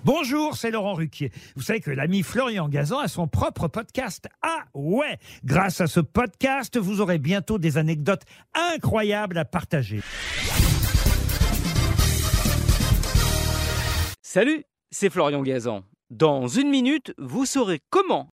Bonjour, c'est Laurent Ruquier. Vous savez que l'ami Florian Gazan a son propre podcast. Ah ouais! Grâce à ce podcast, vous aurez bientôt des anecdotes incroyables à partager. Salut, c'est Florian Gazan. Dans une minute, vous saurez comment